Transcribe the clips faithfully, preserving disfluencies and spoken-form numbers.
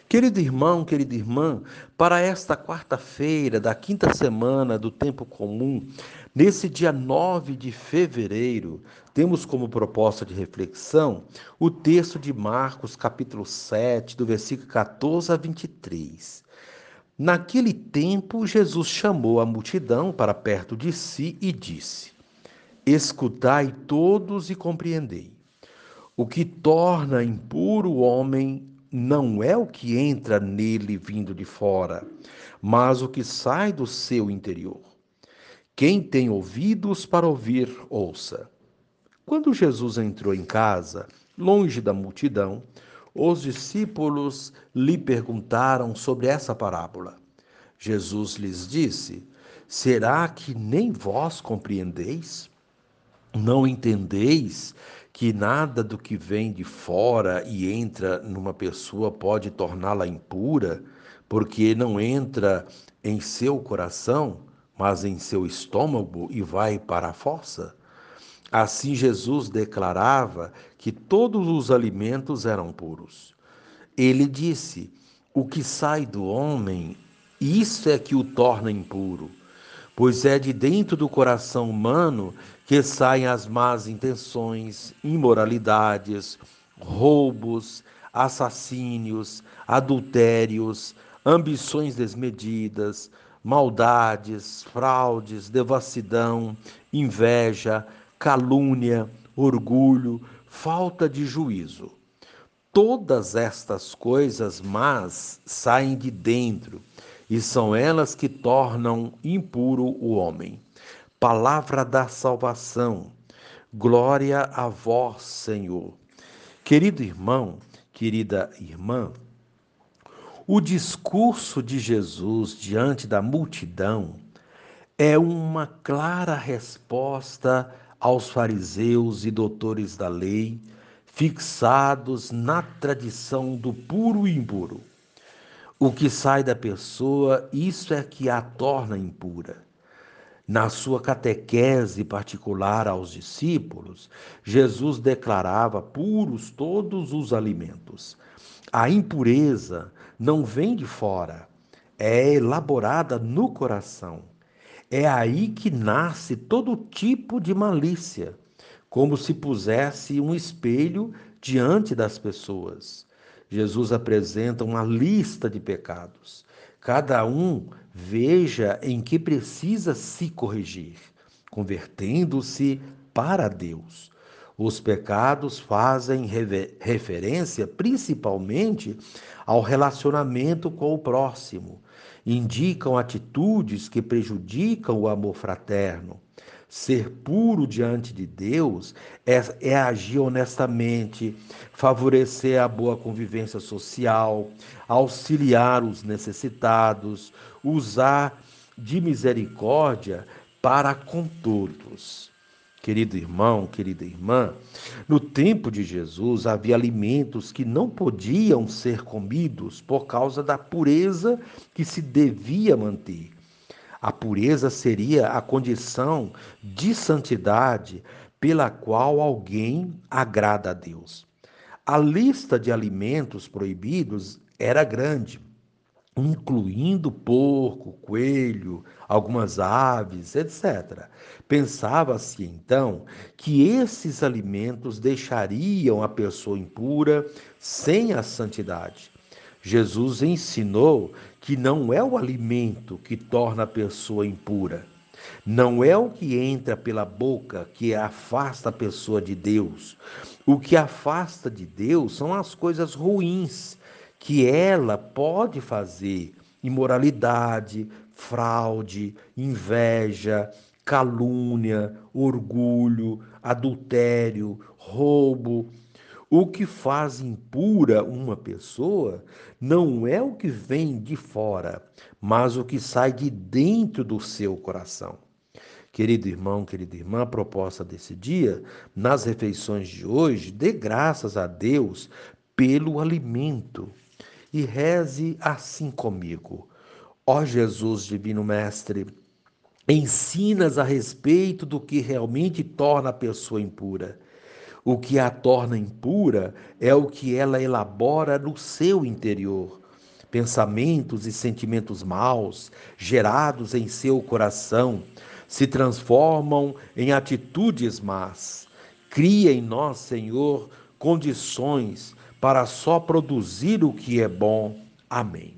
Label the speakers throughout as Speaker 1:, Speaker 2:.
Speaker 1: Querido irmão, querida irmã, para esta quarta-feira da quinta semana do tempo comum, nesse dia nove de fevereiro, temos como proposta de reflexão o texto de Marcos, capítulo sete, do versículo quatorze a vinte e três. Naquele tempo, Jesus chamou a multidão para perto de si e disse: Escutai todos e compreendei. O que torna impuro o homem não é o que entra nele vindo de fora, mas o que sai do seu interior. Quem tem ouvidos para ouvir, ouça. Quando Jesus entrou em casa, longe da multidão, os discípulos lhe perguntaram sobre essa parábola. Jesus lhes disse: Será que nem vós compreendeis? Não entendeis que nada do que vem de fora e entra numa pessoa pode torná-la impura, porque não entra em seu coração, mas em seu estômago e vai para a fossa? Assim Jesus declarava que todos os alimentos eram puros. Ele disse: O que sai do homem, isso é que o torna impuro, pois é de dentro do coração humano que saem as más intenções, imoralidades, roubos, assassínios, adultérios, ambições desmedidas, maldades, fraudes, devassidão, inveja, calúnia, orgulho, falta de juízo. Todas estas coisas más saem de dentro e são elas que tornam impuro o homem. Palavra da salvação. Glória a vós, Senhor. Querido irmão, querida irmã, o discurso de Jesus diante da multidão é uma clara resposta aos fariseus e doutores da lei, fixados na tradição do puro e impuro. O que sai da pessoa, isso é que a torna impura. Na sua catequese particular aos discípulos, Jesus declarava puros todos os alimentos. A impureza não vem de fora, é elaborada no coração. É aí que nasce todo tipo de malícia, como se pusesse um espelho diante das pessoas. Jesus apresenta uma lista de pecados. Cada um veja em que precisa se corrigir, convertendo-se para Deus. Os pecados fazem referência principalmente ao relacionamento com o próximo, indicam atitudes que prejudicam o amor fraterno. Ser puro diante de Deus é, é agir honestamente, favorecer a boa convivência social, auxiliar os necessitados, usar de misericórdia para com todos. Querido irmão, querida irmã, no tempo de Jesus havia alimentos que não podiam ser comidos por causa da pureza que se devia manter. A pureza seria a condição de santidade pela qual alguém agrada a Deus. A lista de alimentos proibidos era grande, incluindo porco, coelho, algumas aves, etcétera. Pensava-se então que esses alimentos deixariam a pessoa impura sem a santidade. Jesus ensinou que não é o alimento que torna a pessoa impura. Não é o que entra pela boca que afasta a pessoa de Deus. O que afasta de Deus são as coisas ruins que ela pode fazer: imoralidade, fraude, inveja, calúnia, orgulho, adultério, roubo. O que faz impura uma pessoa não é o que vem de fora, mas o que sai de dentro do seu coração. Querido irmão, querida irmã, a proposta desse dia, nas refeições de hoje, dê graças a Deus pelo alimento e reze assim comigo. Ó Jesus, Divino Mestre, ensinas a respeito do que realmente torna a pessoa impura. O que a torna impura é o que ela elabora no seu interior. Pensamentos e sentimentos maus gerados em seu coração se transformam em atitudes más. Cria em nós, Senhor, condições para só produzir o que é bom. Amém.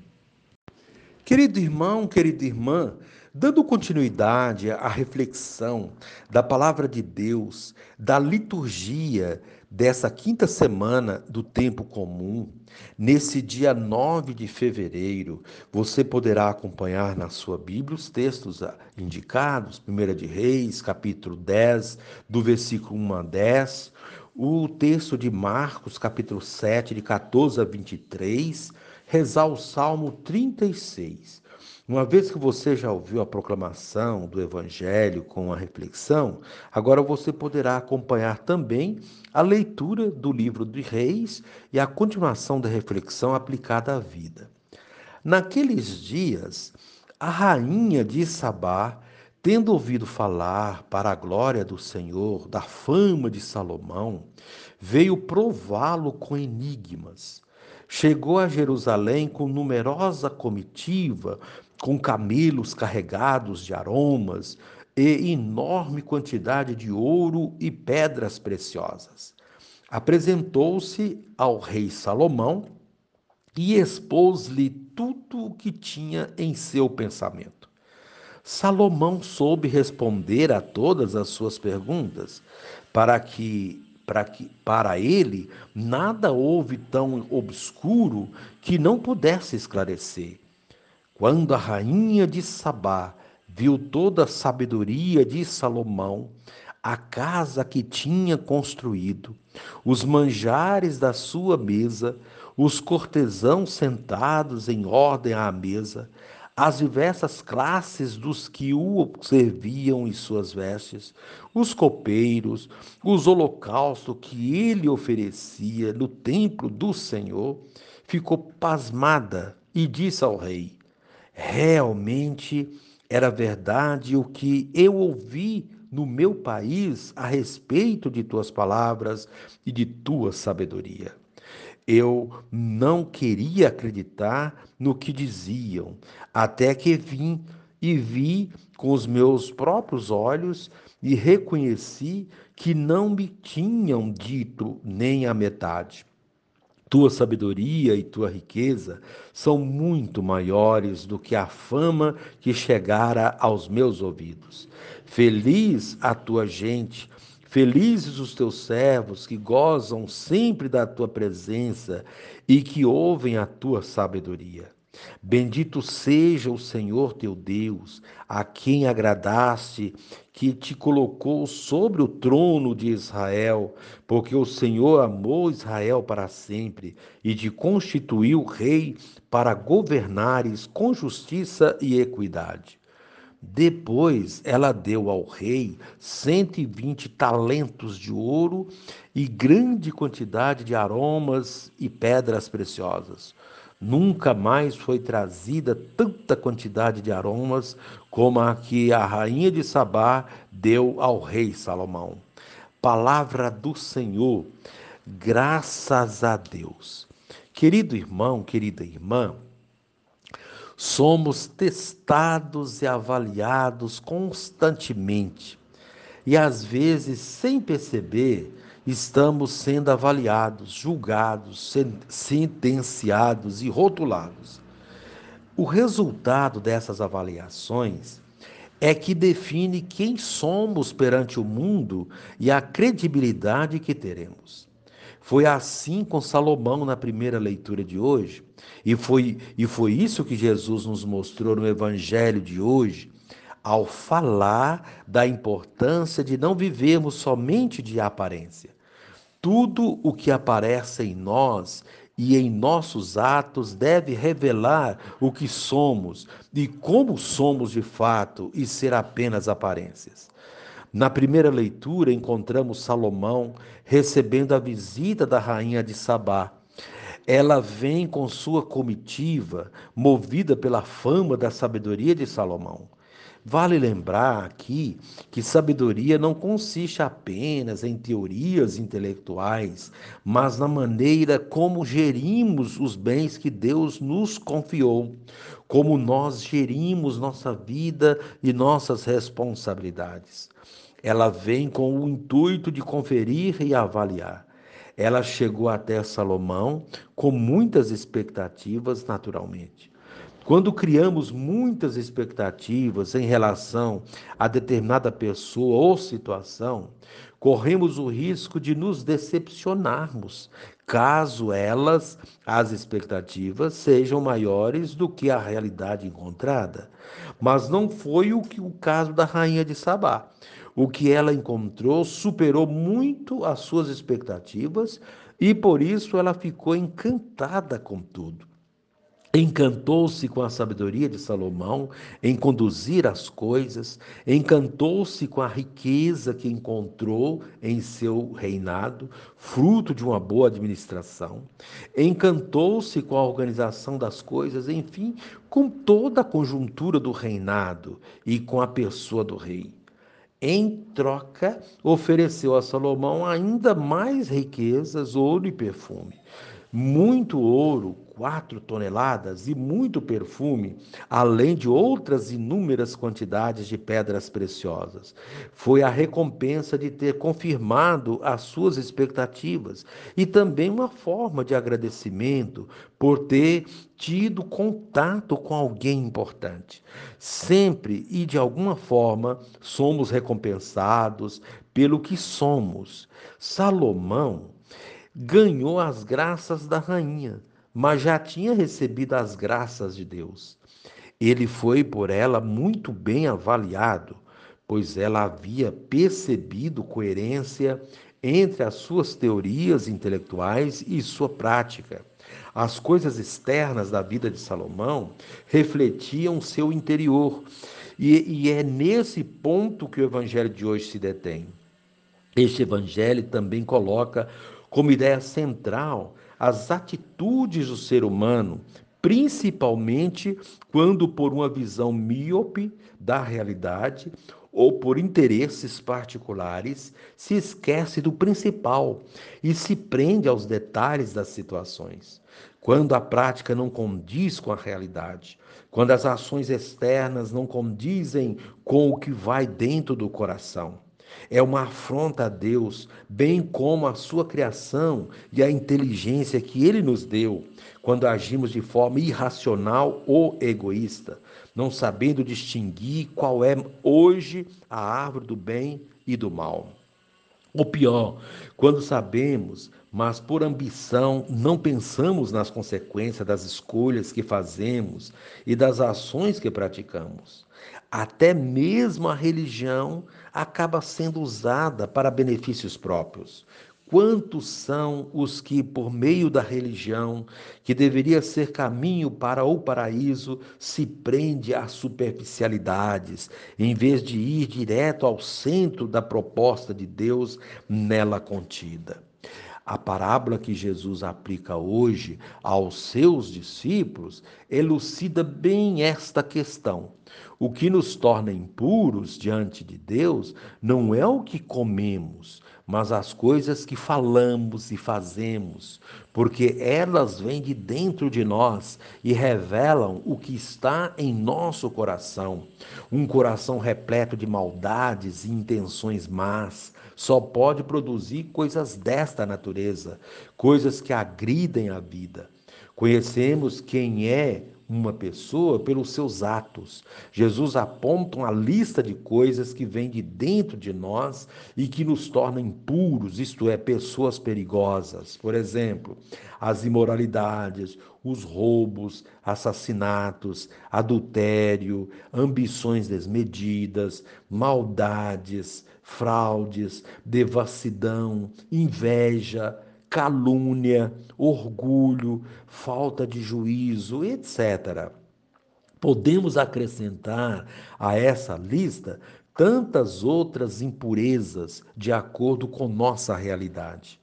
Speaker 1: Querido irmão, querida irmã, dando continuidade à reflexão da palavra de Deus, da liturgia dessa quinta semana do tempo comum, nesse dia nove de fevereiro, você poderá acompanhar na sua Bíblia os textos indicados, primeira de Reis, capítulo dez, do versículo um a dez, o texto de Marcos, capítulo sete, de quatorze a vinte e três, rezar o Salmo trinta e seis. Uma vez que você já ouviu a proclamação do Evangelho com a reflexão, agora você poderá acompanhar também a leitura do livro de Reis e a continuação da reflexão aplicada à vida. Naqueles dias, a rainha de Sabá, tendo ouvido falar, para a glória do Senhor, da fama de Salomão, veio prová-lo com enigmas. Chegou a Jerusalém com numerosa comitiva, com camelos carregados de aromas e enorme quantidade de ouro e pedras preciosas. Apresentou-se ao rei Salomão e expôs-lhe tudo o que tinha em seu pensamento. Salomão soube responder a todas as suas perguntas, para que para que para ele nada houve tão obscuro que não pudesse esclarecer. Quando a rainha de Sabá viu toda a sabedoria de Salomão, a casa que tinha construído, os manjares da sua mesa, os cortesãos sentados em ordem à mesa, as diversas classes dos que o serviam em suas vestes, os copeiros, os holocaustos que ele oferecia no templo do Senhor, ficou pasmada e disse ao rei: realmente era verdade o que eu ouvi no meu país a respeito de tuas palavras e de tua sabedoria. Eu não queria acreditar no que diziam, até que vim e vi com os meus próprios olhos e reconheci que não me tinham dito nem a metade. Tua sabedoria e tua riqueza são muito maiores do que a fama que chegara aos meus ouvidos. Feliz a tua gente, felizes os teus servos que gozam sempre da tua presença e que ouvem a tua sabedoria. Bendito seja o Senhor teu Deus, a quem agradaste, que te colocou sobre o trono de Israel, porque o Senhor amou Israel para sempre e te constituiu rei para governares com justiça e equidade. Depois ela deu ao rei cento e vinte talentos de ouro e grande quantidade de aromas e pedras preciosas. Nunca mais foi trazida tanta quantidade de aromas como a que a rainha de Sabá deu ao rei Salomão. Palavra do Senhor, graças a Deus. Querido irmão, querida irmã, somos testados e avaliados constantemente. E às vezes, sem perceber, estamos sendo avaliados, julgados, sentenciados e rotulados. O resultado dessas avaliações é que define quem somos perante o mundo e a credibilidade que teremos. Foi assim com Salomão na primeira leitura de hoje, e foi, e foi isso que Jesus nos mostrou no Evangelho de hoje, ao falar da importância de não vivermos somente de aparência. Tudo o que aparece em nós e em nossos atos deve revelar o que somos e como somos de fato e ser apenas aparências. Na primeira leitura, encontramos Salomão recebendo a visita da rainha de Sabá. Ela vem com sua comitiva, movida pela fama da sabedoria de Salomão. Vale lembrar aqui que sabedoria não consiste apenas em teorias intelectuais, mas na maneira como gerimos os bens que Deus nos confiou, como nós gerimos nossa vida e nossas responsabilidades. Ela vem com o intuito de conferir e avaliar. Ela chegou até Salomão com muitas expectativas, naturalmente. Quando criamos muitas expectativas em relação a determinada pessoa ou situação, corremos o risco de nos decepcionarmos, caso elas, as expectativas, sejam maiores do que a realidade encontrada. Mas não foi o que o caso da rainha de Sabá. O que ela encontrou superou muito as suas expectativas e por isso ela ficou encantada com tudo. Encantou-se com a sabedoria de Salomão em conduzir as coisas, encantou-se com a riqueza que encontrou em seu reinado, fruto de uma boa administração, encantou-se com a organização das coisas, enfim, com toda a conjuntura do reinado e com a pessoa do rei. Em troca, ofereceu a Salomão ainda mais riquezas, ouro e perfume. Muito ouro, quatro toneladas, e muito perfume, além de outras inúmeras quantidades de pedras preciosas. Foi a recompensa de ter confirmado as suas expectativas e também uma forma de agradecimento por ter tido contato com alguém importante. Sempre e de alguma forma somos recompensados pelo que somos. Salomão ganhou as graças da rainha, mas já tinha recebido as graças de Deus. Ele foi por ela muito bem avaliado, pois ela havia percebido coerência entre as suas teorias intelectuais e sua prática. As coisas externas da vida de Salomão refletiam seu interior, e, e é nesse ponto que o evangelho de hoje se detém. Este evangelho também coloca como ideia central as atitudes do ser humano, principalmente quando, por uma visão míope da realidade ou por interesses particulares, se esquece do principal e se prende aos detalhes das situações. Quando a prática não condiz com a realidade, quando as ações externas não condizem com o que vai dentro do coração. É uma afronta a Deus, bem como a sua criação e a inteligência que ele nos deu, quando agimos de forma irracional ou egoísta, não sabendo distinguir qual é hoje a árvore do bem e do mal. Ou pior, quando sabemos, mas por ambição não pensamos nas consequências das escolhas que fazemos e das ações que praticamos. Até mesmo a religião acaba sendo usada para benefícios próprios. Quantos são os que, por meio da religião, que deveria ser caminho para o paraíso, se prende a superficialidades, em vez de ir direto ao centro da proposta de Deus nela contida? A parábola que Jesus aplica hoje aos seus discípulos elucida bem esta questão. O que nos torna impuros diante de Deus não é o que comemos, mas as coisas que falamos e fazemos, porque elas vêm de dentro de nós e revelam o que está em nosso coração. Um coração repleto de maldades e intenções más só pode produzir coisas desta natureza, coisas que agridem a vida. Conhecemos quem é uma pessoa pelos seus atos. Jesus aponta uma lista de coisas que vêm de dentro de nós e que nos tornam impuros, isto é, pessoas perigosas. Por exemplo, as imoralidades, os roubos, assassinatos, adultério, ambições desmedidas, maldades, fraudes, devassidão, inveja, calúnia, orgulho, falta de juízo, etcétera. Podemos acrescentar a essa lista tantas outras impurezas de acordo com nossa realidade.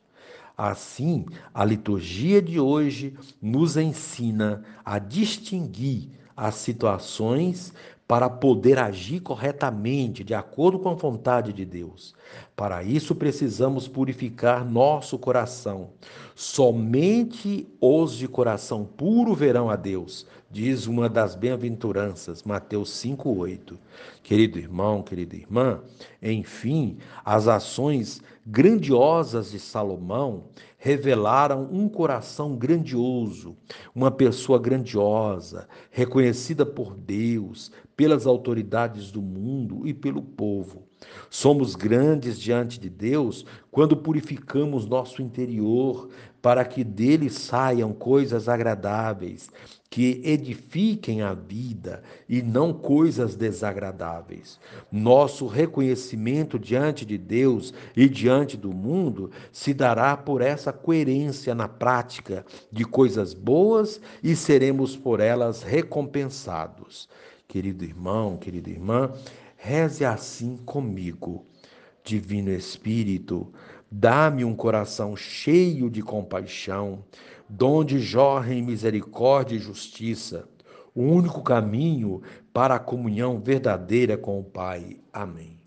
Speaker 1: Assim, a liturgia de hoje nos ensina a distinguir as situações para poder agir corretamente, de acordo com a vontade de Deus. Para isso, precisamos purificar nosso coração. Somente os de coração puro verão a Deus, diz uma das bem-aventuranças, Mateus cinco, oito. Querido irmão, querida irmã, enfim, as ações grandiosas de Salomão revelaram um coração grandioso, uma pessoa grandiosa, reconhecida por Deus, pelas autoridades do mundo e pelo povo. Somos grandes diante de Deus quando purificamos nosso interior para que dele saiam coisas agradáveis, que edifiquem a vida e não coisas desagradáveis. Nosso reconhecimento diante de Deus e diante do mundo se dará por essa coerência na prática de coisas boas e seremos por elas recompensados. Querido irmão, querida irmã, reze assim comigo. Divino Espírito, dá-me um coração cheio de compaixão, donde jorrem misericórdia e justiça, o único caminho para a comunhão verdadeira com o Pai. Amém.